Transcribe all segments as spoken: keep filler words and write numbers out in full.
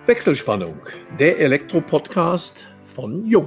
Wechselspannung, der Elektro-Podcast von Jung.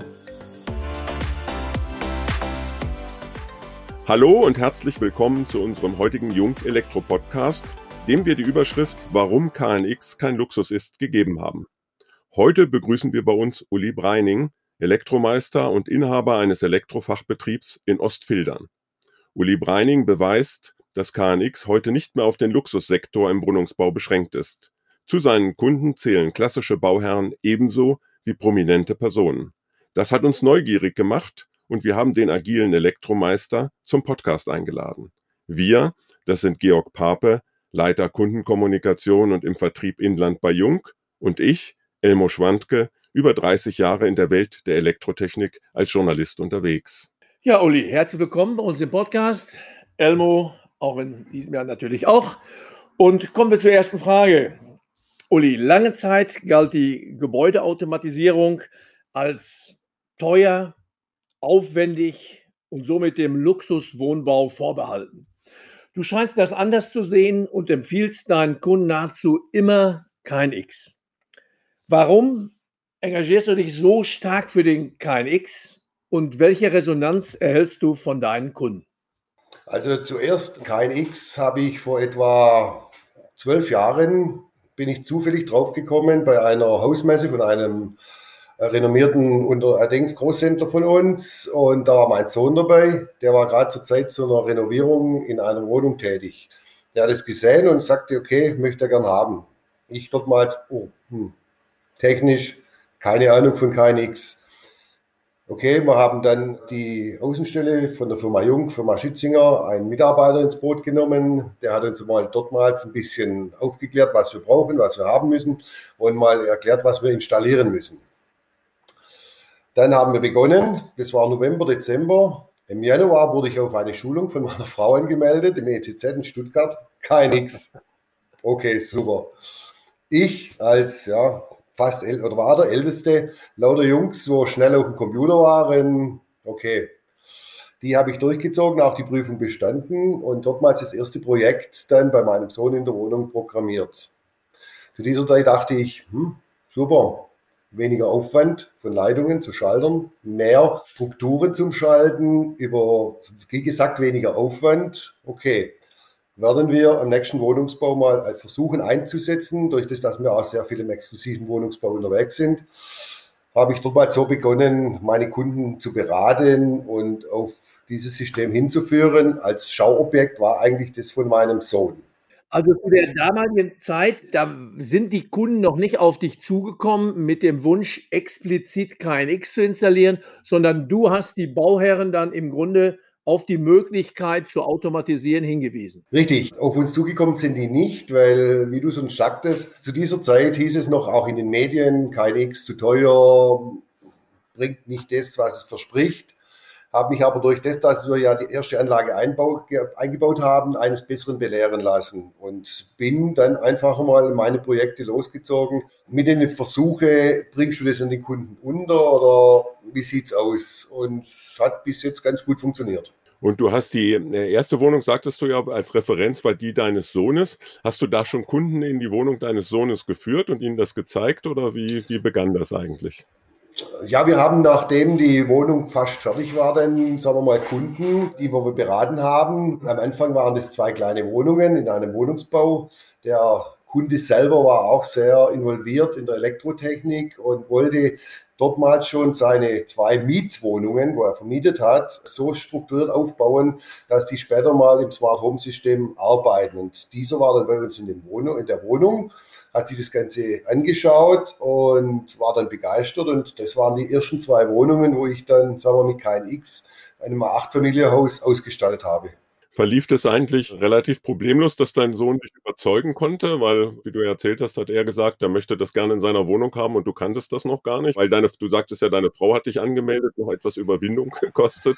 Hallo und herzlich willkommen zu unserem heutigen Jung Elektro-Podcast, dem wir die Überschrift Warum K N X kein Luxus ist gegeben haben. Heute begrüßen wir bei uns Uli Breining, Elektromeister und Inhaber eines Elektrofachbetriebs in Ostfildern. Uli Breining beweist, dass K N X heute nicht mehr auf den Luxussektor im Wohnungsbau beschränkt ist. Zu seinen Kunden zählen klassische Bauherren ebenso wie prominente Personen. Das hat uns neugierig gemacht und wir haben den agilen Elektromeister zum Podcast eingeladen. Wir, das sind Georg Pape, Leiter Kundenkommunikation und im Vertrieb Inland bei Jung, und ich, Elmo Schwandke, über dreißig Jahre in der Welt der Elektrotechnik als Journalist unterwegs. Ja, Uli, herzlich willkommen bei uns im Podcast. Elmo, auch in diesem Jahr natürlich auch. Und kommen wir zur ersten Frage. Uli, lange Zeit galt die Gebäudeautomatisierung als teuer, aufwendig und somit dem Luxuswohnbau vorbehalten. Du scheinst das anders zu sehen und empfiehlst deinen Kunden nahezu immer K N X. Warum engagierst du dich so stark für den K N X und welche Resonanz erhältst du von deinen Kunden? Also zuerst K N X habe ich vor etwa zwölf Jahren bin ich zufällig draufgekommen bei einer Hausmesse von einem renommierten Untererdings Großhändler von uns, und da war mein Sohn dabei, der war gerade zur Zeit zu einer Renovierung in einer Wohnung tätig. Der hat es gesehen und sagte, okay, möchte er gern haben. Ich dort mal, oh, hm, technisch keine Ahnung von K N X. Okay, wir haben dann die Außenstelle von der Firma Jung, Firma Schützinger, einen Mitarbeiter ins Boot genommen. Der hat uns mal dortmals ein bisschen aufgeklärt, was wir brauchen, was wir haben müssen, und mal erklärt, was wir installieren müssen. Dann haben wir begonnen, das war November, Dezember. Im Januar wurde ich auf eine Schulung von meiner Frau angemeldet, im E T Z in Stuttgart. K N X. Okay, super. Ich als, ja, fast äl- oder war der Älteste, lauter Jungs, so schnell auf dem Computer waren, okay. Die habe ich durchgezogen, auch die Prüfung bestanden und dortmals das erste Projekt dann bei meinem Sohn in der Wohnung programmiert. Zu dieser Zeit dachte ich, hm, super, weniger Aufwand von Leitungen zu Schaltern, mehr Strukturen zum Schalten, über, wie gesagt, weniger Aufwand, okay. Werden wir im nächsten Wohnungsbau mal versuchen einzusetzen. Durch das, dass wir auch sehr viel im exklusiven Wohnungsbau unterwegs sind, habe ich dort mal so begonnen, meine Kunden zu beraten und auf dieses System hinzuführen. Als Schauobjekt war eigentlich das von meinem Sohn. Also zu der damaligen Zeit, da sind die Kunden noch nicht auf dich zugekommen mit dem Wunsch, explizit K N X zu installieren, sondern du hast die Bauherren dann im Grunde auf die Möglichkeit zu automatisieren hingewiesen. Richtig, auf uns zugekommen sind die nicht, weil, wie du schon sagtest, zu dieser Zeit hieß es noch auch in den Medien, K N X zu teuer, bringt nicht das, was es verspricht. Habe mich aber durch das, dass wir ja die erste Anlage einbau, eingebaut haben, eines Besseren belehren lassen und bin dann einfach mal meine Projekte losgezogen mit den Versuche, bringst du das an den Kunden unter oder wie sieht's aus? Und es hat bis jetzt ganz gut funktioniert. Und du hast die erste Wohnung, sagtest du ja, als Referenz war die deines Sohnes. Hast du da schon Kunden in die Wohnung deines Sohnes geführt und ihnen das gezeigt, oder wie, wie begann das eigentlich? Ja, wir haben, nachdem die Wohnung fast fertig war, dann, sagen wir mal, Kunden, die wir beraten haben. Am Anfang waren das zwei kleine Wohnungen in einem Wohnungsbau. Der Kunde selber war auch sehr involviert in der Elektrotechnik und wollte dortmals schon seine zwei Mietwohnungen, wo er vermietet hat, so strukturiert aufbauen, dass die später mal im Smart Home System arbeiten. Und dieser war dann bei uns in, den Wohnung, in der Wohnung, hat sich das Ganze angeschaut und war dann begeistert. Und das waren die ersten zwei Wohnungen, wo ich dann, sagen wir, mit K N X einem Acht-Familienhaus ausgestattet habe. Verlief das eigentlich relativ problemlos, dass dein Sohn dich überzeugen konnte? Weil, wie du ja erzählt hast, hat er gesagt, er möchte das gerne in seiner Wohnung haben und du kanntest das noch gar nicht. Weil deine, du sagtest ja, deine Frau hat dich angemeldet, noch etwas Überwindung gekostet.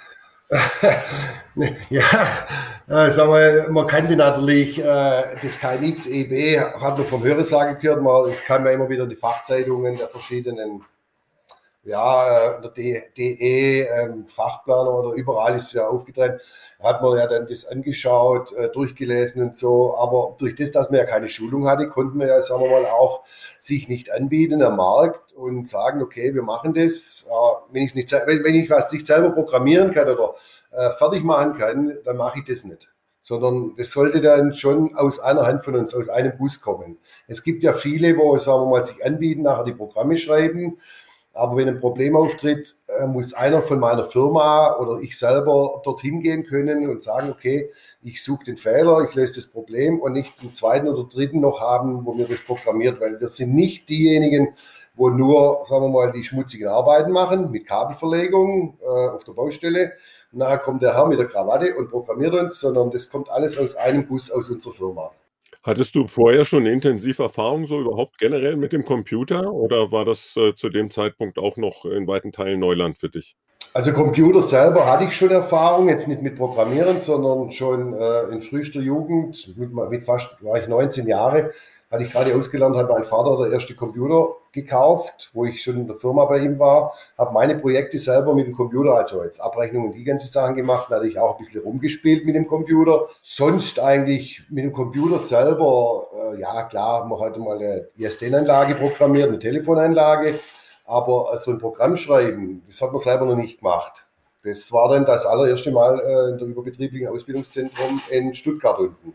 Ja, äh, sagen wir, man kannte natürlich äh, das K N X E B, hat man vom Hörensagen gehört, man, es kamen ja immer wieder die Fachzeitungen der verschiedenen ja, in der D E, ähm, Fachplaner oder überall ist es ja aufgetreten, hat man ja dann das angeschaut, äh, durchgelesen und so, aber durch das, dass man ja keine Schulung hatte, konnten wir ja, sagen wir mal, auch sich nicht anbieten am Markt und sagen, okay, wir machen das, äh, wenn ich nicht, wenn, wenn ich was nicht selber programmieren kann oder äh, fertig machen kann, dann mache ich das nicht. Sondern das sollte dann schon aus einer Hand von uns, aus einem Guss kommen. Es gibt ja viele, wo, sagen wir mal, sich anbieten, nachher die Programme schreiben. Aber wenn ein Problem auftritt, muss einer von meiner Firma oder ich selber dorthin gehen können und sagen, okay, ich suche den Fehler, ich löse das Problem und nicht den zweiten oder dritten noch haben, wo mir das programmiert, weil wir sind nicht diejenigen, wo nur, sagen wir mal, die schmutzigen Arbeiten machen mit Kabelverlegung äh, auf der Baustelle. Und nachher kommt der Herr mit der Krawatte und programmiert uns, sondern das kommt alles aus einem Guss aus unserer Firma. Hattest du vorher schon intensiv Erfahrung so überhaupt generell mit dem Computer oder war das äh, zu dem Zeitpunkt auch noch in weiten Teilen Neuland für dich? Also Computer selber hatte ich schon Erfahrung, jetzt nicht mit Programmieren, sondern schon äh, in frühester Jugend, mit, mit fast war ich neunzehn Jahre, hatte ich gerade ausgelernt, hat mein Vater der erste Computer gekauft, wo ich schon in der Firma bei ihm war, habe meine Projekte selber mit dem Computer, also jetzt Abrechnungen und die ganzen Sachen gemacht, da hatte ich auch ein bisschen rumgespielt mit dem Computer. Sonst eigentlich mit dem Computer selber, äh, ja klar, man hatte mal eine I S D N-Anlage programmiert, eine Telefonanlage, aber so ein Programm schreiben, das hat man selber noch nicht gemacht. Das war dann das allererste Mal äh, in der überbetrieblichen Ausbildungszentrum in Stuttgart unten.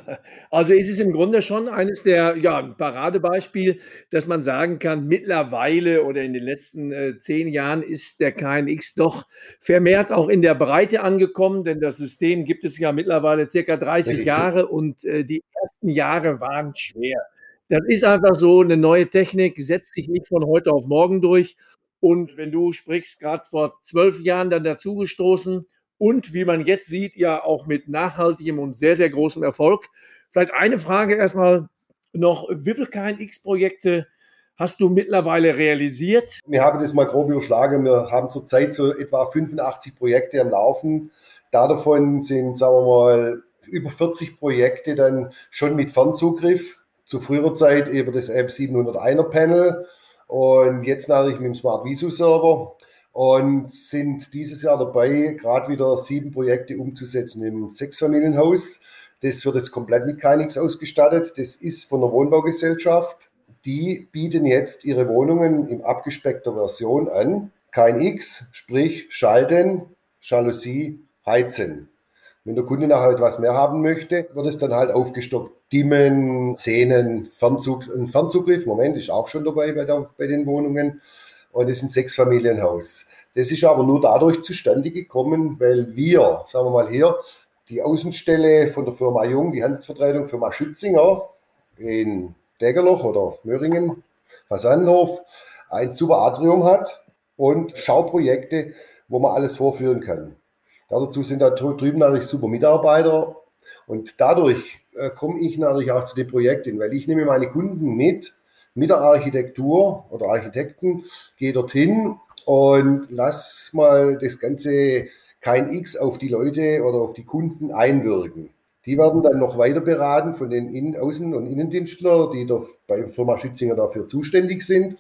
Also ist es im Grunde schon eines der, ja, ein Paradebeispiel, dass man sagen kann, mittlerweile oder in den letzten äh, zehn Jahren ist der K N X doch vermehrt auch in der Breite angekommen, denn das System gibt es ja mittlerweile circa dreißig Jahre und äh, die ersten Jahre waren schwer. Das ist einfach so, eine neue Technik setzt sich nicht von heute auf morgen durch. Und wenn du sprichst, gerade vor zwölf Jahren dann dazugestoßen, und wie man jetzt sieht, ja auch mit nachhaltigem und sehr, sehr großem Erfolg. Vielleicht eine Frage erstmal noch, wie viele K N X-Projekte hast du mittlerweile realisiert? Wir haben das mal grob überschlagen, wir haben zurzeit so etwa fünfundachtzig Projekte am Laufen. Davon sind, sagen wir mal, über vierzig Projekte dann schon mit Fernzugriff. Zu früherer Zeit über das M siebenhunderteiner Panel und jetzt natürlich mit dem Smart Visu Server. Und sind dieses Jahr dabei, gerade wieder sieben Projekte umzusetzen im Sechsfamilienhaus. Das wird jetzt komplett mit K N X ausgestattet. Das ist von der Wohnbaugesellschaft. Die bieten jetzt ihre Wohnungen in abgespeckter Version an. K N X, sprich Schalten, Jalousie, Heizen. Wenn der Kunde nachher etwas mehr haben möchte, wird es dann halt aufgestockt. Dimmen, Szenen, Fernzug, ein Fernzugriff, Moment, ist auch schon dabei bei, der, bei den Wohnungen. Und es ist ein Sechsfamilienhaus. Das ist aber nur dadurch zustande gekommen, weil wir, sagen wir mal hier, die Außenstelle von der Firma Jung, die Handelsvertretung Firma Schützinger in Degerloch oder Möhringen, Fasanenhof, ein super Atrium hat und Schauprojekte, wo man alles vorführen kann. Dazu sind da drüben natürlich super Mitarbeiter und dadurch äh, komme ich natürlich auch zu den Projekten, weil ich nehme meine Kunden mit, mit der Architektur oder Architekten, gehe dorthin und lass mal das ganze K N X auf die Leute oder auf die Kunden einwirken. Die werden dann noch weiter beraten von den Innen-, Außen- und Innendienstlern, die da bei Firma Schützinger dafür zuständig sind.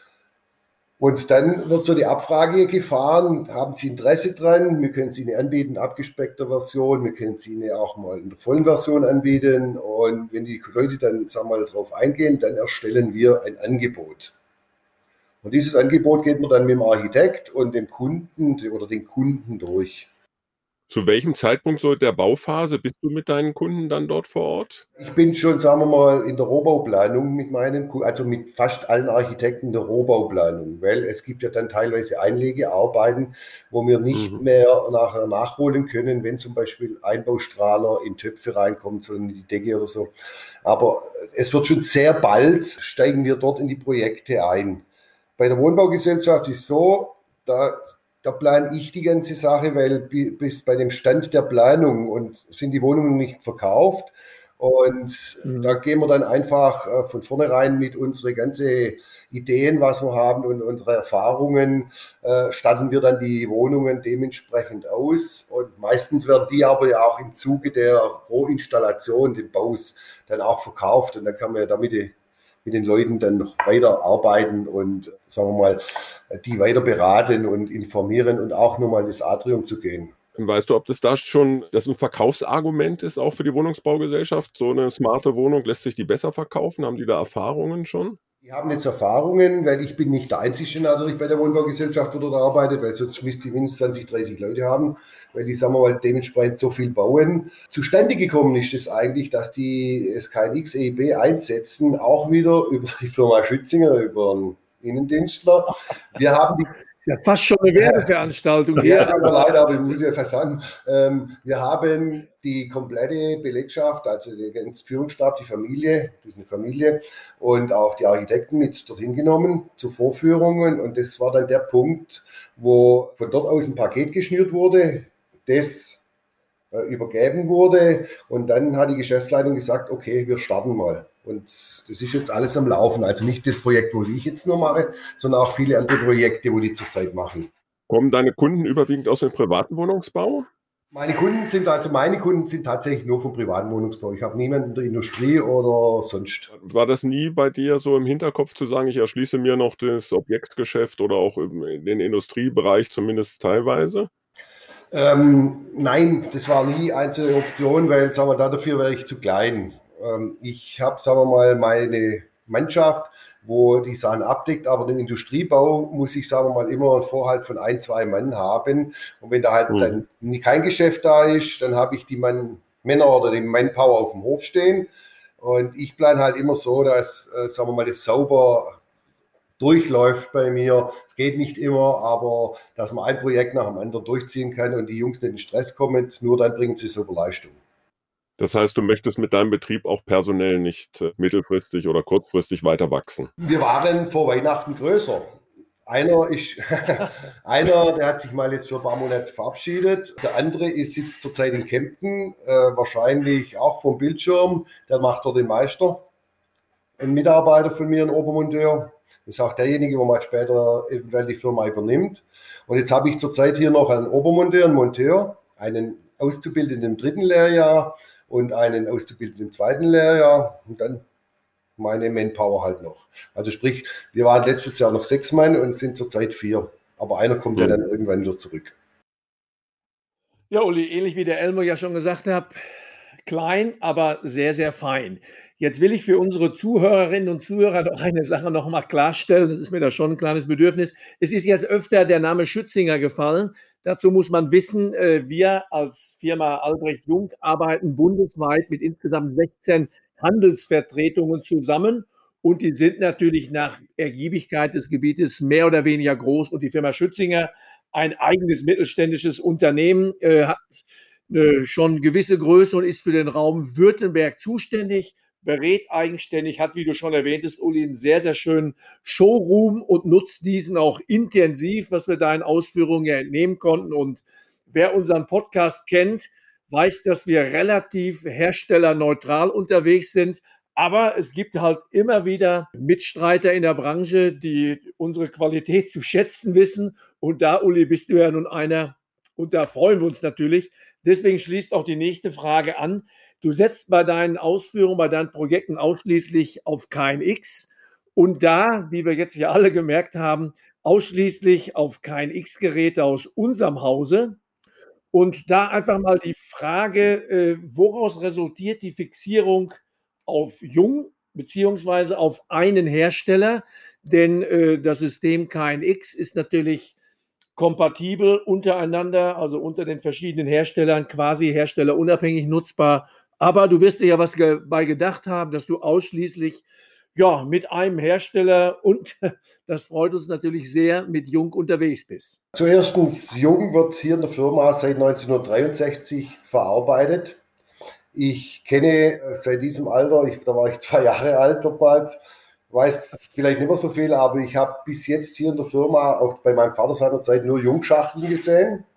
Und dann wird so die Abfrage gefahren, haben Sie Interesse dran? Wir können es Ihnen anbieten, abgespeckter Version, wir können es Ihnen auch mal in der vollen Version anbieten. Und wenn die Leute dann, sagen wir mal, drauf eingehen, dann erstellen wir ein Angebot. Und dieses Angebot geht man dann mit dem Architekt und dem Kunden oder den Kunden durch. Zu welchem Zeitpunkt so der Bauphase bist du mit deinen Kunden dann dort vor Ort? Ich bin schon, sagen wir mal, in der Rohbauplanung mit meinen, also mit fast allen Architekten der Rohbauplanung, weil es gibt ja dann teilweise Einlegearbeiten, wo wir nicht mhm. mehr nachher nachholen können, wenn zum Beispiel Einbaustrahler in Töpfe reinkommen, sondern in die Decke oder so. Aber es wird schon sehr bald, steigen wir dort in die Projekte ein. Bei der Wohnbaugesellschaft ist so, da Da plane ich die ganze Sache, weil bis bei dem Stand der Planung und sind die Wohnungen nicht verkauft. Und mhm. da gehen wir dann einfach von vornherein mit unseren ganzen Ideen, was wir haben und unsere Erfahrungen, äh, statten wir dann die Wohnungen dementsprechend aus. Und meistens werden die aber ja auch im Zuge der Rohinstallation, des Baus, dann auch verkauft. Und dann kann man ja damit mit den Leuten dann noch weiter arbeiten und, sagen wir mal, die weiter beraten und informieren und auch nochmal in das Atrium zu gehen. Weißt du, ob das da schon das ein Verkaufsargument ist, auch für die Wohnungsbaugesellschaft? So eine smarte Wohnung, lässt sich die besser verkaufen? Haben die da Erfahrungen schon? Die haben jetzt Erfahrungen, weil ich bin nicht der Einzige natürlich bei der Wohnbaugesellschaft, wo dort arbeitet, weil sonst müsste ich mindestens zwanzig, dreißig Leute haben, weil die, sagen wir mal, dementsprechend so viel bauen. Zustande gekommen ist es eigentlich, dass die das K N X E I B einsetzen, auch wieder über die Firma Schützinger, über einen Innendienstler. Wir haben die Ja, fast schon eine Werbeveranstaltung hier. Ja, tut mir leid, aber ich muss ja fast sagen, ähm, wir haben die komplette Belegschaft, also den ganzen Führungsstab, die Familie, das ist eine Familie, und auch die Architekten mit dorthin genommen zu Vorführungen. Und das war dann der Punkt, wo von dort aus ein Paket geschnürt wurde, das äh, übergeben wurde. Und dann hat die Geschäftsleitung gesagt, okay, wir starten mal. Und das ist jetzt alles am Laufen. Also nicht das Projekt, wo ich jetzt nur mache, sondern auch viele andere Projekte, wo die zurzeit machen. Kommen deine Kunden überwiegend aus dem privaten Wohnungsbau? Meine Kunden sind also meine Kunden sind tatsächlich nur vom privaten Wohnungsbau. Ich habe niemanden in der Industrie oder sonst. War das nie bei dir so im Hinterkopf zu sagen, ich erschließe mir noch das Objektgeschäft oder auch den Industriebereich zumindest teilweise? Ähm, nein, das war nie eine Option, weil, sagen wir, dafür wäre ich zu klein. Ähm, ich habe, sagen wir mal, meine Mannschaft, wo die Sachen abdeckt, aber den Industriebau muss ich, sagen wir mal, immer einen Vorhalt von ein, zwei Mann haben. Und wenn da halt mhm. dann kein Geschäft da ist, dann habe ich die Mann, Männer oder den Manpower auf dem Hof stehen. Und ich plane halt immer so, dass, äh, sagen wir mal, das sauber durchläuft bei mir. Es geht nicht immer, aber dass man ein Projekt nach dem anderen durchziehen kann und die Jungs nicht in Stress kommen, nur dann bringen sie sauber Leistung. Das heißt, du möchtest mit deinem Betrieb auch personell nicht mittelfristig oder kurzfristig weiter wachsen? Wir waren vor Weihnachten größer. Einer, ist, einer, der hat sich mal jetzt für ein paar Monate verabschiedet. Der andere ist sitzt zurzeit in Kempten, äh, wahrscheinlich auch vom Bildschirm. Der macht dort den Meister. Ein Mitarbeiter von mir, ein Obermonteur. Das ist auch derjenige, wo man später eventuell die Firma übernimmt. Und jetzt habe ich zurzeit hier noch einen Obermonteur, einen Monteur, einen Auszubildenden im dritten Lehrjahr und einen Auszubildenden im zweiten Lehrjahr und dann meine Manpower halt noch. Also sprich, wir waren letztes Jahr noch sechs Mann und sind zurzeit vier. Aber einer kommt ja, ja dann irgendwann wieder zurück. Ja, Uli, ähnlich wie der Elmo ja schon gesagt hat, klein, aber sehr, sehr fein. Jetzt will ich für unsere Zuhörerinnen und Zuhörer noch eine Sache noch mal klarstellen. Das ist mir da schon ein kleines Bedürfnis. Es ist jetzt öfter der Name Schützinger gefallen. Dazu muss man wissen, wir als Firma Albrecht Jung arbeiten bundesweit mit insgesamt sechzehn Handelsvertretungen zusammen. Und die sind natürlich nach Ergiebigkeit des Gebietes mehr oder weniger groß. Und die Firma Schützinger, ein eigenes mittelständisches Unternehmen, hat schon gewisse Größe und ist für den Raum Württemberg zuständig, berät eigenständig, hat, wie du schon erwähntest, Uli, einen sehr, sehr schönen Showroom und nutzt diesen auch intensiv, was wir da in Ausführungen ja entnehmen konnten. Und wer unseren Podcast kennt, weiß, dass wir relativ herstellerneutral unterwegs sind. Aber es gibt halt immer wieder Mitstreiter in der Branche, die unsere Qualität zu schätzen wissen. Und da, Uli, bist du ja nun einer. Und da freuen wir uns natürlich. Deswegen schließt auch die nächste Frage an. Du setzt bei deinen Ausführungen, bei deinen Projekten ausschließlich auf K N X und da, wie wir jetzt ja alle gemerkt haben, ausschließlich auf K N X-Geräte aus unserem Hause. Und da einfach mal die Frage, woraus resultiert die Fixierung auf Jung beziehungsweise auf einen Hersteller? Denn das System K N X ist natürlich kompatibel untereinander, also unter den verschiedenen Herstellern, quasi herstellerunabhängig nutzbar. Aber du wirst dir ja was dabei gedacht haben, dass du ausschließlich ja, mit einem Hersteller und, das freut uns natürlich sehr, mit Jung unterwegs bist. Zuerstens, Jung wird hier in der Firma seit neunzehnhundertdreiundsechzig verarbeitet. Ich kenne seit diesem Alter, ich, da war ich zwei Jahre alt damals, weiß vielleicht nicht mehr so viel, aber ich habe bis jetzt hier in der Firma, auch bei meinem Vater seiner Zeit, nur Jungschachteln gesehen.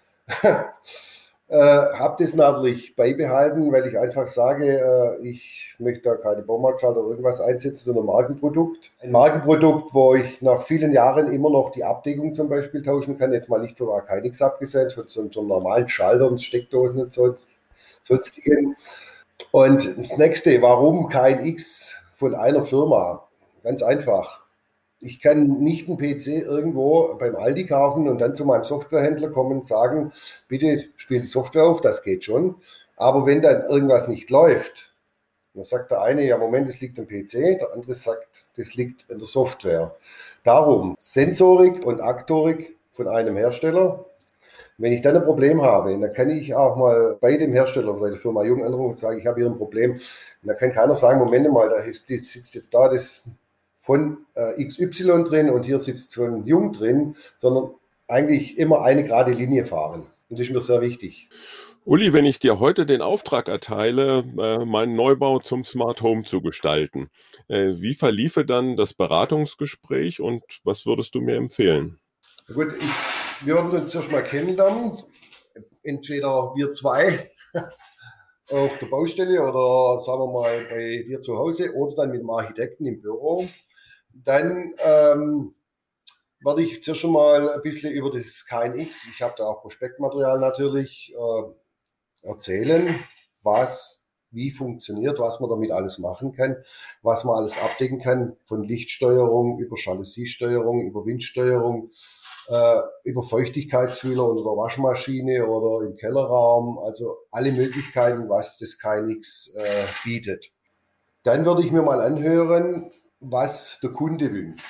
äh, habe das natürlich beibehalten, weil ich einfach sage, äh, ich möchte da keine Baumarktschalter oder irgendwas einsetzen, sondern ein Markenprodukt. Ein Markenprodukt, wo ich nach vielen Jahren immer noch die Abdeckung zum Beispiel tauschen kann, jetzt mal nicht von K N X abgesehen, von so, so normalen Schaltern, Steckdosen und so, sonstigen. Und das nächste, warum K N X von einer Firma. Ganz einfach. Ich kann nicht einen P C irgendwo beim Aldi kaufen und dann zu meinem Softwarehändler kommen und sagen, bitte spiel die Software auf, das geht schon. Aber wenn dann irgendwas nicht läuft, dann sagt der eine, ja Moment, das liegt am P C, der andere sagt, das liegt an der Software. Darum Sensorik und Aktorik von einem Hersteller. Wenn ich dann ein Problem habe, dann kann ich auch mal bei dem Hersteller, bei der Firma Jung anrufen und sagen, ich habe hier ein Problem. Und dann kann keiner sagen, Moment mal, da sitzt jetzt da das von äh, X Y drin und hier sitzt von Jung drin, sondern eigentlich immer eine gerade Linie fahren. Und das ist mir sehr wichtig. Uli, wenn ich dir heute den Auftrag erteile, äh, meinen Neubau zum Smart Home zu gestalten, äh, wie verliefe dann das Beratungsgespräch und was würdest du mir empfehlen? Gut, ich, wir würden uns zuerst mal kennenlernen. Entweder wir zwei auf der Baustelle oder sagen wir mal bei dir zu Hause oder dann mit dem Architekten im Büro. Dann ähm, werde ich zuerst schon mal ein bisschen über das K N X, ich habe da auch Prospektmaterial natürlich, äh, erzählen, was wie funktioniert, was man damit alles machen kann, was man alles abdecken kann, von Lichtsteuerung über Jalousiesteuerung, über Windsteuerung, äh, über Feuchtigkeitsfühler unter der Waschmaschine oder im Kellerraum, also alle Möglichkeiten, was das K N X äh, bietet. Dann würde ich mir mal anhören, was der Kunde wünscht.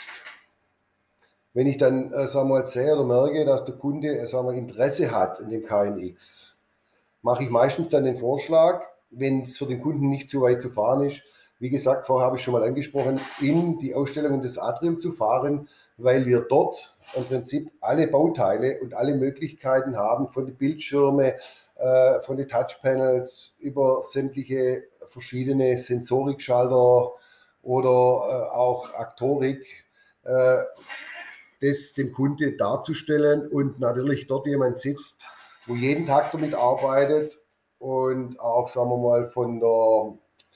Wenn ich dann äh, sagen wir mal, sehe oder merke, dass der Kunde äh, sagen wir, Interesse hat in dem K N X, mache ich meistens dann den Vorschlag, wenn es für den Kunden nicht zu weit zu fahren ist, wie gesagt, vorher habe ich schon mal angesprochen, in die Ausstellung des Atrium zu fahren, weil wir dort im Prinzip alle Bauteile und alle Möglichkeiten haben, von den Bildschirmen, äh, von den Touchpanels über sämtliche verschiedene Sensorikschalter oder äh, auch Aktorik, äh, das dem Kunde darzustellen und natürlich dort jemand sitzt, wo jeden Tag damit arbeitet und auch, sagen wir mal, von der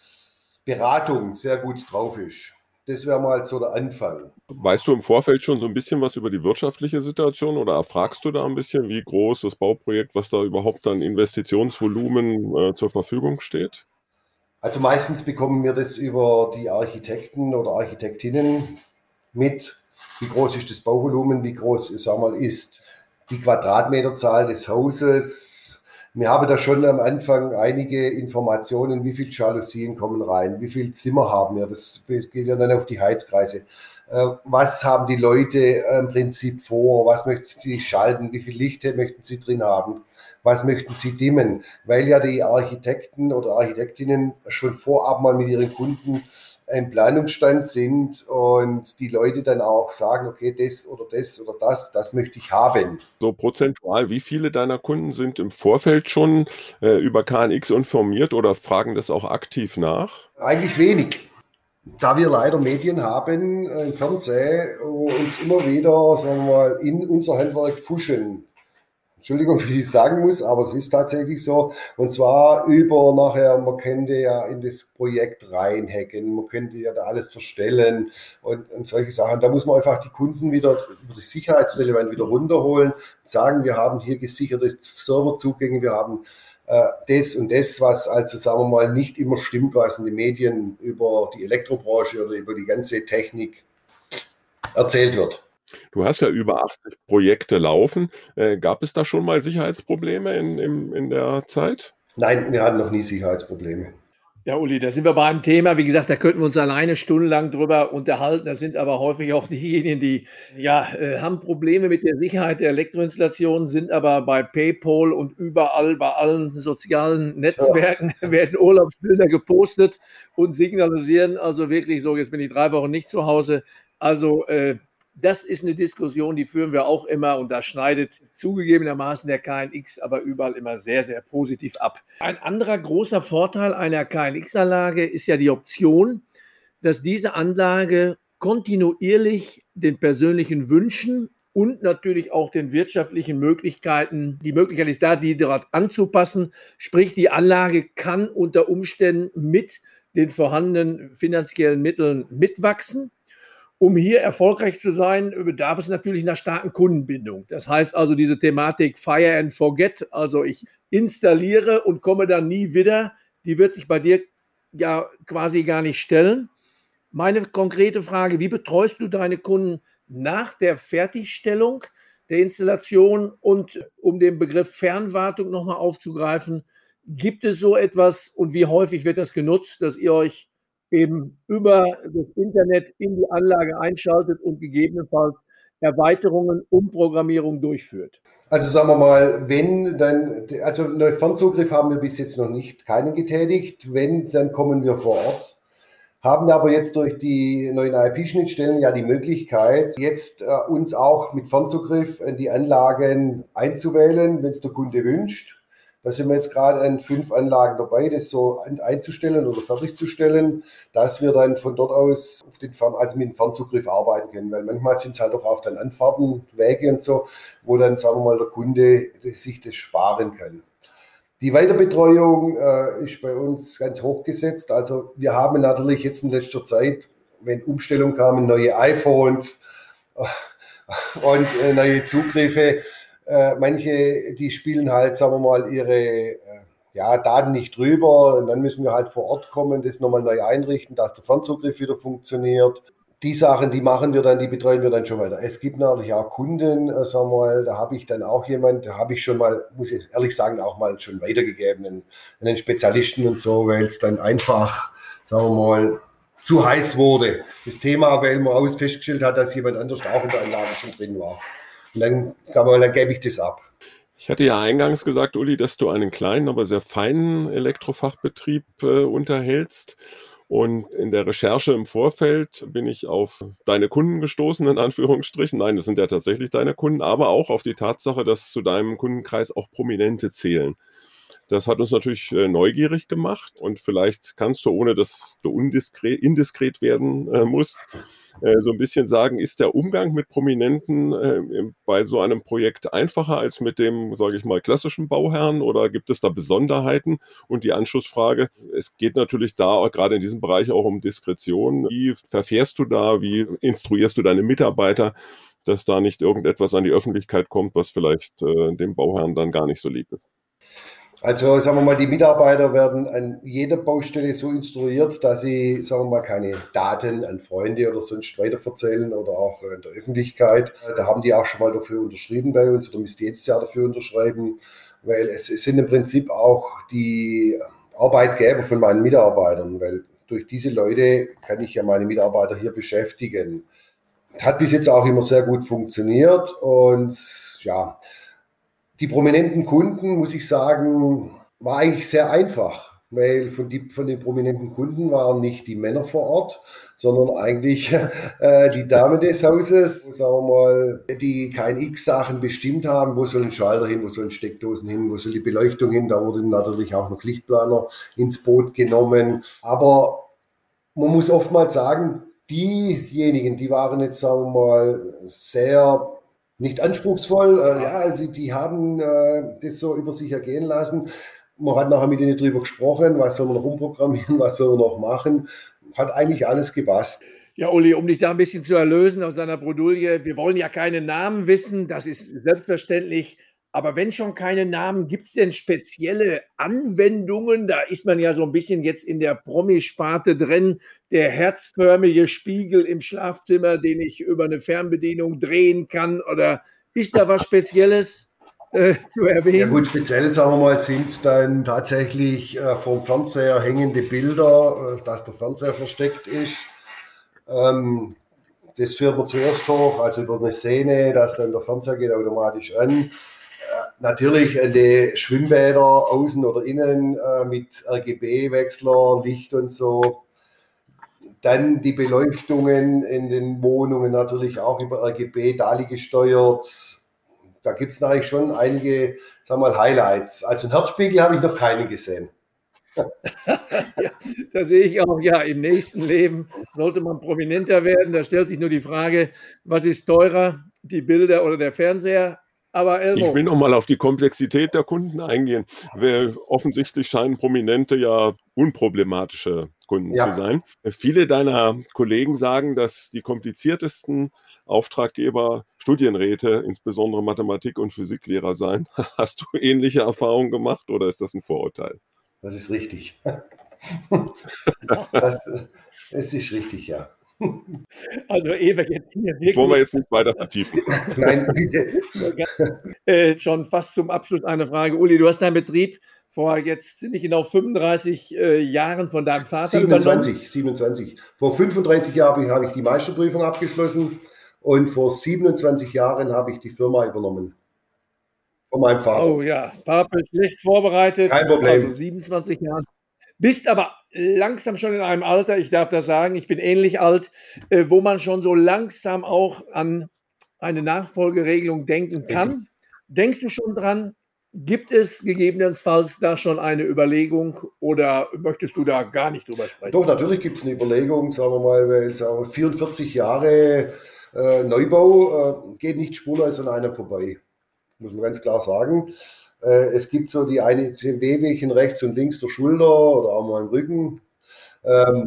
Beratung sehr gut drauf ist. Das wäre mal so der Anfang. Weißt du im Vorfeld schon so ein bisschen was über die wirtschaftliche Situation oder erfragst du da ein bisschen, wie groß das Bauprojekt, was da überhaupt an Investitionsvolumen äh, zur Verfügung steht? Also meistens bekommen wir das über die Architekten oder Architektinnen mit. Wie groß ist das Bauvolumen, wie groß, sag mal, ist die Quadratmeterzahl des Hauses. Wir haben da schon am Anfang einige Informationen, wie viele Jalousien kommen rein, wie viele Zimmer haben wir, das geht ja dann auf die Heizkreise. Was haben die Leute im Prinzip vor, was möchten sie schalten, wie viel Licht möchten sie drin haben, was möchten sie dimmen, weil ja die Architekten oder Architektinnen schon vorab mal mit ihren Kunden im Planungsstand sind und die Leute dann auch sagen, okay, das oder das oder das, das möchte ich haben. So prozentual, wie viele deiner Kunden sind im Vorfeld schon äh, über K N X informiert oder fragen das auch aktiv nach? Eigentlich wenig. Da wir leider Medien haben im Fernsehen, wo uns immer wieder, sagen wir mal, in unser Handwerk pfuschen. Entschuldigung, wie ich sagen muss, aber es ist tatsächlich so. Und zwar über nachher, man könnte ja in das Projekt reinhacken, man könnte ja da alles verstellen und, und solche Sachen. Da muss man einfach die Kunden wieder über das Sicherheitsrelevant wieder runterholen, sagen, wir haben hier gesicherte Serverzugänge, wir haben äh, das und das, was also, sagen wir mal, nicht immer stimmt, was in den Medien über die Elektrobranche oder über die ganze Technik erzählt wird. Du hast ja über achtzig Projekte laufen. Äh, gab es da schon mal Sicherheitsprobleme in, in, in der Zeit? Nein, wir hatten noch nie Sicherheitsprobleme. Ja, Uli, da sind wir bei einem Thema. Wie gesagt, da könnten wir uns alleine stundenlang drüber unterhalten. Das sind aber häufig auch diejenigen, die ja, äh, haben Probleme mit der Sicherheit der Elektroinstallationen, sind aber bei PayPal und überall, bei allen sozialen Netzwerken ja. werden Urlaubsbilder gepostet und signalisieren also wirklich so, jetzt bin ich drei Wochen nicht zu Hause. Also äh, das ist eine Diskussion, die führen wir auch immer und da schneidet zugegebenermaßen der K N X aber überall immer sehr, sehr positiv ab. Ein anderer großer Vorteil einer K N X-Anlage ist ja die Option, dass diese Anlage kontinuierlich den persönlichen Wünschen und natürlich auch den wirtschaftlichen Möglichkeiten, die Möglichkeit ist da, die dort anzupassen. Sprich, die Anlage kann unter Umständen mit den vorhandenen finanziellen Mitteln mitwachsen. Um hier erfolgreich zu sein, bedarf es natürlich einer starken Kundenbindung. Das heißt also diese Thematik Fire and Forget, also ich installiere und komme dann nie wieder, die wird sich bei dir ja quasi gar nicht stellen. Meine konkrete Frage, wie betreust du deine Kunden nach der Fertigstellung der Installation? Und um den Begriff Fernwartung nochmal aufzugreifen, gibt es so etwas und wie häufig wird das genutzt, dass ihr euch eben über das Internet in die Anlage einschaltet und gegebenenfalls Erweiterungen, Umprogrammierung durchführt? Also sagen wir mal, wenn dann, also einen Fernzugriff haben wir bis jetzt noch nicht keinen getätigt. Wenn, dann kommen wir vor Ort. Haben aber jetzt durch die neuen I P-Schnittstellen ja die Möglichkeit, jetzt äh, uns auch mit Fernzugriff in die Anlagen einzuwählen, wenn es der Kunde wünscht. Da sind wir jetzt gerade an fünf Anlagen dabei, das so ein, einzustellen oder fertigzustellen, dass wir dann von dort aus auf den Fern, also mit dem Fernzugriff arbeiten können. Weil manchmal sind es halt doch auch dann Anfahrten, Wege und so, wo dann, sagen wir mal, der Kunde sich das sparen kann. Die Weiterbetreuung äh, ist bei uns ganz hoch gesetzt. Also wir haben natürlich jetzt in letzter Zeit, wenn Umstellung kamen, neue iPhones äh, und äh, neue Zugriffe. Äh, manche, die spielen halt, sagen wir mal, ihre äh, ja, Daten nicht drüber. Und dann müssen wir halt vor Ort kommen, das nochmal neu einrichten, dass der Fernzugriff wieder funktioniert. Die Sachen, die machen wir dann, die betreuen wir dann schon weiter. Es gibt natürlich auch Kunden, äh, sagen wir mal, da habe ich dann auch jemand, da habe ich schon mal, muss ich ehrlich sagen, auch mal schon weitergegeben, einen, einen Spezialisten und so, weil es dann einfach, sagen wir mal, zu heiß wurde. Das Thema, weil man aus festgestellt hat, dass jemand anders auch in der Anlage schon drin war. Und dann, sagen wir mal, dann gebe ich das ab. Ich hatte ja eingangs gesagt, Uli, dass du einen kleinen, aber sehr feinen Elektrofachbetrieb äh, unterhältst. Und in der Recherche im Vorfeld bin ich auf deine Kunden gestoßen, in Anführungsstrichen. Nein, das sind ja tatsächlich deine Kunden, aber auch auf die Tatsache, dass zu deinem Kundenkreis auch Prominente zählen. Das hat uns natürlich äh, neugierig gemacht und vielleicht kannst du, ohne dass du undiskret, indiskret werden äh, musst, äh, so ein bisschen sagen, ist der Umgang mit Prominenten äh, bei so einem Projekt einfacher als mit dem, sage ich mal, klassischen Bauherrn oder gibt es da Besonderheiten? Und die Anschlussfrage, es geht natürlich da gerade in diesem Bereich auch um Diskretion. Wie verfährst du da? Wie instruierst du deine Mitarbeiter, dass da nicht irgendetwas an die Öffentlichkeit kommt, was vielleicht äh, dem Bauherrn dann gar nicht so lieb ist? Also sagen wir mal, die Mitarbeiter werden an jeder Baustelle so instruiert, dass sie, sagen wir mal, keine Daten an Freunde oder sonst weiterverzählen oder auch in der Öffentlichkeit. Da haben die auch schon mal dafür unterschrieben bei uns oder müsst ihr jetzt ja dafür unterschreiben, weil es sind im Prinzip auch die Arbeitgeber von meinen Mitarbeitern, weil durch diese Leute kann ich ja meine Mitarbeiter hier beschäftigen. Hat bis jetzt auch immer sehr gut funktioniert und ja, die prominenten Kunden, muss ich sagen, war eigentlich sehr einfach, weil von, die, von den prominenten Kunden waren nicht die Männer vor Ort, sondern eigentlich äh, die Damen des Hauses, sagen wir mal, die K N X-Sachen bestimmt haben, wo sollen Schalter hin, wo sollen Steckdosen hin, wo soll die Beleuchtung hin, da wurde natürlich auch noch Lichtplaner ins Boot genommen, aber man muss oftmals sagen, diejenigen, die waren jetzt, sagen wir mal, sehr nicht anspruchsvoll, äh, ja, die, die haben äh, das so über sich ergehen lassen. Man hat nachher mit ihnen drüber gesprochen, was soll man noch umprogrammieren, was soll man noch machen. Hat eigentlich alles gepasst. Ja, Uli, um dich da ein bisschen zu erlösen aus deiner Bredouille, wir wollen ja keine Namen wissen, das ist selbstverständlich. Aber wenn schon keine Namen, gibt es denn spezielle Anwendungen? Da ist man ja so ein bisschen jetzt in der Promisparte drin. Der herzförmige Spiegel im Schlafzimmer, den ich über eine Fernbedienung drehen kann. Oder ist da was Spezielles äh, zu erwähnen? Ja gut, speziell, sagen wir mal, sind dann tatsächlich äh, vom Fernseher hängende Bilder, äh, dass der Fernseher versteckt ist. Ähm, das führt man zuerst hoch, also über eine Szene, dass dann der Fernseher geht automatisch an. Natürlich die Schwimmbäder außen oder innen äh, mit R G B-Wechsler, Licht und so. Dann die Beleuchtungen in den Wohnungen natürlich auch über R G B, D A L I gesteuert. Da gibt es natürlich schon einige, sagen wir mal, Highlights. Also einen Herzspiegel habe ich noch keine gesehen. Ja, da sehe ich auch, ja, im nächsten Leben sollte man prominenter werden. Da stellt sich nur die Frage, was ist teurer, die Bilder oder der Fernseher? Aber Elmo. Ich will noch mal auf die Komplexität der Kunden eingehen. Weil offensichtlich scheinen Prominente ja unproblematische Kunden ja. zu sein. Viele deiner Kollegen sagen, dass die kompliziertesten Auftraggeber Studienräte, insbesondere Mathematik- und Physiklehrer seien. Hast du ähnliche Erfahrungen gemacht oder ist das ein Vorurteil? Das ist richtig. Das, Es ist richtig, ja. Also Eva, jetzt hier Das wollen wir wirklich jetzt nicht weiter vertiefen. Nein, bitte. äh, schon fast zum Abschluss eine Frage. Uli, du hast deinen Betrieb vor jetzt ziemlich genau fünfunddreißig äh, Jahren von deinem Vater übernommen. siebenundzwanzig, siebenundzwanzig. Vor fünfunddreißig Jahren habe ich die Meisterprüfung abgeschlossen und vor siebenundzwanzig Jahren habe ich die Firma übernommen. Von meinem Vater. Oh ja, Papa, schlecht vorbereitet. Kein Problem. Also siebenundzwanzig Jahre. Bist aber langsam schon in einem Alter, ich darf das sagen, ich bin ähnlich alt, äh, wo man schon so langsam auch an eine Nachfolgeregelung denken kann. Richtig. Denkst du schon dran? Gibt es gegebenenfalls da schon eine Überlegung oder möchtest du da gar nicht drüber sprechen? Doch, natürlich gibt es eine Überlegung, sagen wir mal, weil sagen wir, vierundvierzig Jahre äh, Neubau äh, geht nicht spurlos an einem vorbei. Muss man ganz klar sagen. Äh, es gibt so die eine Wehwehchen rechts und links der Schulter oder auch mal im Rücken. Ähm,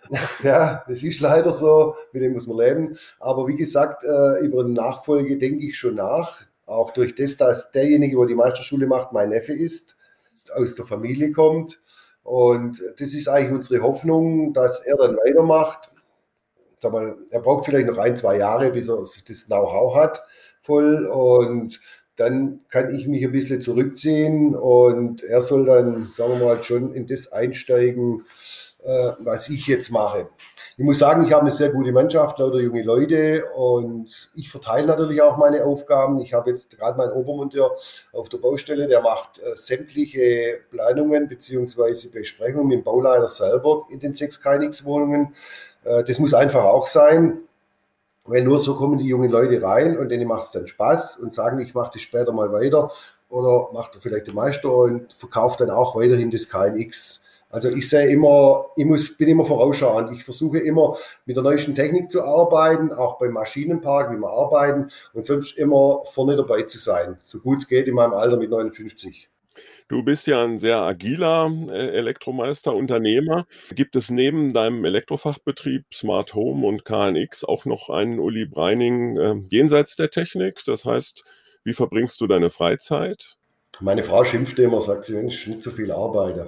ja, das ist leider so, mit dem muss man leben. Aber wie gesagt, äh, über eine Nachfolge denke ich schon nach. Auch durch das, dass derjenige, der die Meisterschule macht, mein Neffe ist, aus der Familie kommt. Und das ist eigentlich unsere Hoffnung, dass er dann weitermacht. Sag mal, er braucht vielleicht noch ein, zwei Jahre, bis er das Know-how hat, voll. Und dann kann ich mich ein bisschen zurückziehen und er soll dann, sagen wir mal, schon in das einsteigen, äh, was ich jetzt mache. Ich muss sagen, ich habe eine sehr gute Mannschaft, lauter junge Leute und ich verteile natürlich auch meine Aufgaben. Ich habe jetzt gerade meinen Obermonteur auf der Baustelle, der macht äh, sämtliche Planungen bzw. Besprechungen mit dem Bauleiter selber in den sechs K N X-Wohnungen. Äh, das muss einfach auch sein, weil nur so kommen die jungen Leute rein und denen macht es dann Spaß und sagen, ich mache das später mal weiter oder macht er vielleicht den Meister und verkauft dann auch weiterhin das K N X. Also ich sehe immer, ich muss, bin immer vorausschauend. Ich versuche immer mit der neuesten Technik zu arbeiten, auch beim Maschinenpark, wie wir arbeiten und sonst immer vorne dabei zu sein, so gut es geht in meinem Alter mit neunundfünfzig. Du bist ja ein sehr agiler äh, Elektromeister, Unternehmer. Gibt es neben deinem Elektrofachbetrieb Smart Home und K N X auch noch einen Uli Breining äh, jenseits der Technik? Das heißt, wie verbringst du deine Freizeit? Meine Frau schimpft immer, sagt sie, Mensch, nicht so viel arbeiten.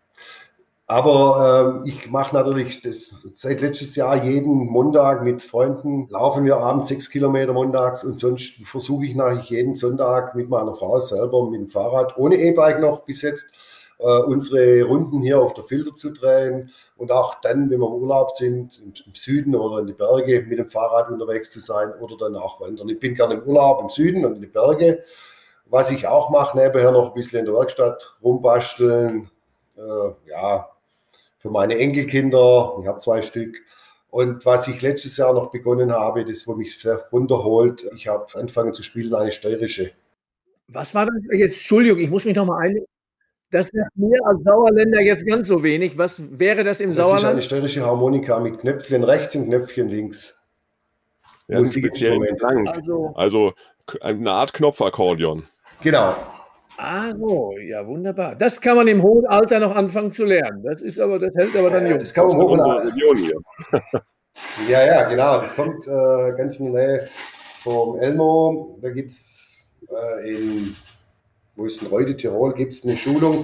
Aber ähm, ich mache natürlich das seit letztes Jahr jeden Montag mit Freunden, laufen wir abends sechs Kilometer montags und sonst versuche ich nachher jeden Sonntag mit meiner Frau selber mit dem Fahrrad, ohne E-Bike noch bis jetzt, äh, unsere Runden hier auf der Filter zu drehen und auch dann, wenn wir im Urlaub sind, im, im Süden oder in die Berge mit dem Fahrrad unterwegs zu sein oder dann auch wandern. Ich bin gerne im Urlaub im Süden und in die Berge. Was ich auch mache, nebenher noch ein bisschen in der Werkstatt rumbasteln, äh, ja, für meine Enkelkinder, ich habe zwei Stück. Und was ich letztes Jahr noch begonnen habe, das, wo mich sehr runterholt, ich habe angefangen zu spielen, eine steirische. Was war das jetzt? Entschuldigung, ich muss mich noch mal ein. Das sagt mir als Sauerländer jetzt ganz so wenig. Was wäre das im Das Sauerland? ist eine steirische Harmonika mit Knöpfchen rechts und Knöpfchen links. Ja, einen speziellen Klang. Also, Also eine Art Knopfakkordeon. Genau. Ah so, ja wunderbar. Das kann man im hohen Alter noch anfangen zu lernen. Das ist aber, das hält aber dann Äh, jung. das kann man Das ist hoch und unsere Region hier. Ja, ja, genau. Das kommt äh, ganz in der Nähe vom Elmo. Da gibt es äh, in, wo ist denn Reude, Tirol, gibt es eine Schulung.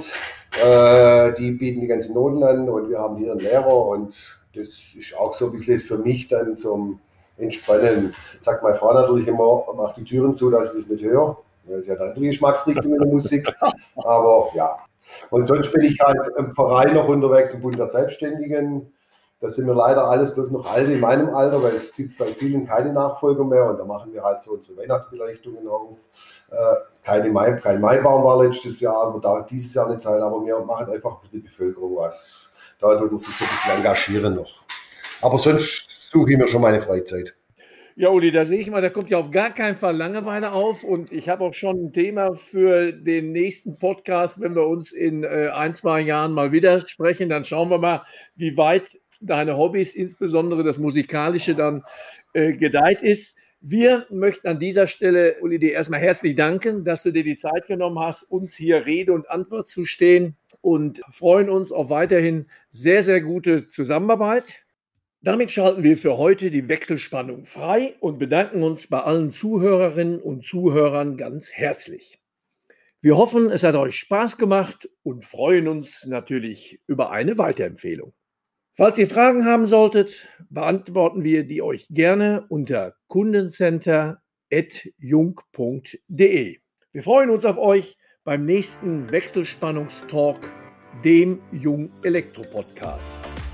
Äh, die bieten die ganzen Noten an und wir haben hier einen Lehrer und das ist auch so ein bisschen für mich dann zum Entspannen. Sagt meine Frau natürlich immer, mach die Türen zu, dass ich das nicht höre. Weil sie hat andere Geschmacksrichtungen in der Musik. Aber ja. Und sonst bin ich halt im Verein noch unterwegs im Bund der Selbstständigen. Da sind wir leider alles bloß noch alte in meinem Alter, weil es gibt bei vielen keine Nachfolger mehr und da machen wir halt so unsere Weihnachtsbeleuchtungen auf. Äh, keine Mai, kein Maibaum war letztes Jahr, aber da dieses Jahr nicht sein, aber wir machen einfach für die Bevölkerung was. Da tut man sich so ein bisschen engagieren noch. Aber sonst suche ich mir schon meine Freizeit. Ja, Uli, da sehe ich mal, da kommt ja auf gar keinen Fall Langeweile auf und ich habe auch schon ein Thema für den nächsten Podcast, wenn wir uns in äh, ein, zwei Jahren mal wieder sprechen, dann schauen wir mal, wie weit deine Hobbys, insbesondere das Musikalische, dann äh, gedeiht ist. Wir möchten an dieser Stelle, Uli, dir erstmal herzlich danken, dass du dir die Zeit genommen hast, uns hier Rede und Antwort zu stehen und freuen uns auf weiterhin sehr, sehr gute Zusammenarbeit. Damit schalten wir für heute die Wechselspannung frei und bedanken uns bei allen Zuhörerinnen und Zuhörern ganz herzlich. Wir hoffen, es hat euch Spaß gemacht und freuen uns natürlich über eine Weiterempfehlung. Falls ihr Fragen haben solltet, beantworten wir die euch gerne unter kundencenter at jung punkt de. Wir freuen uns auf euch beim nächsten Wechselspannungstalk, dem Jung Elektro Podcast.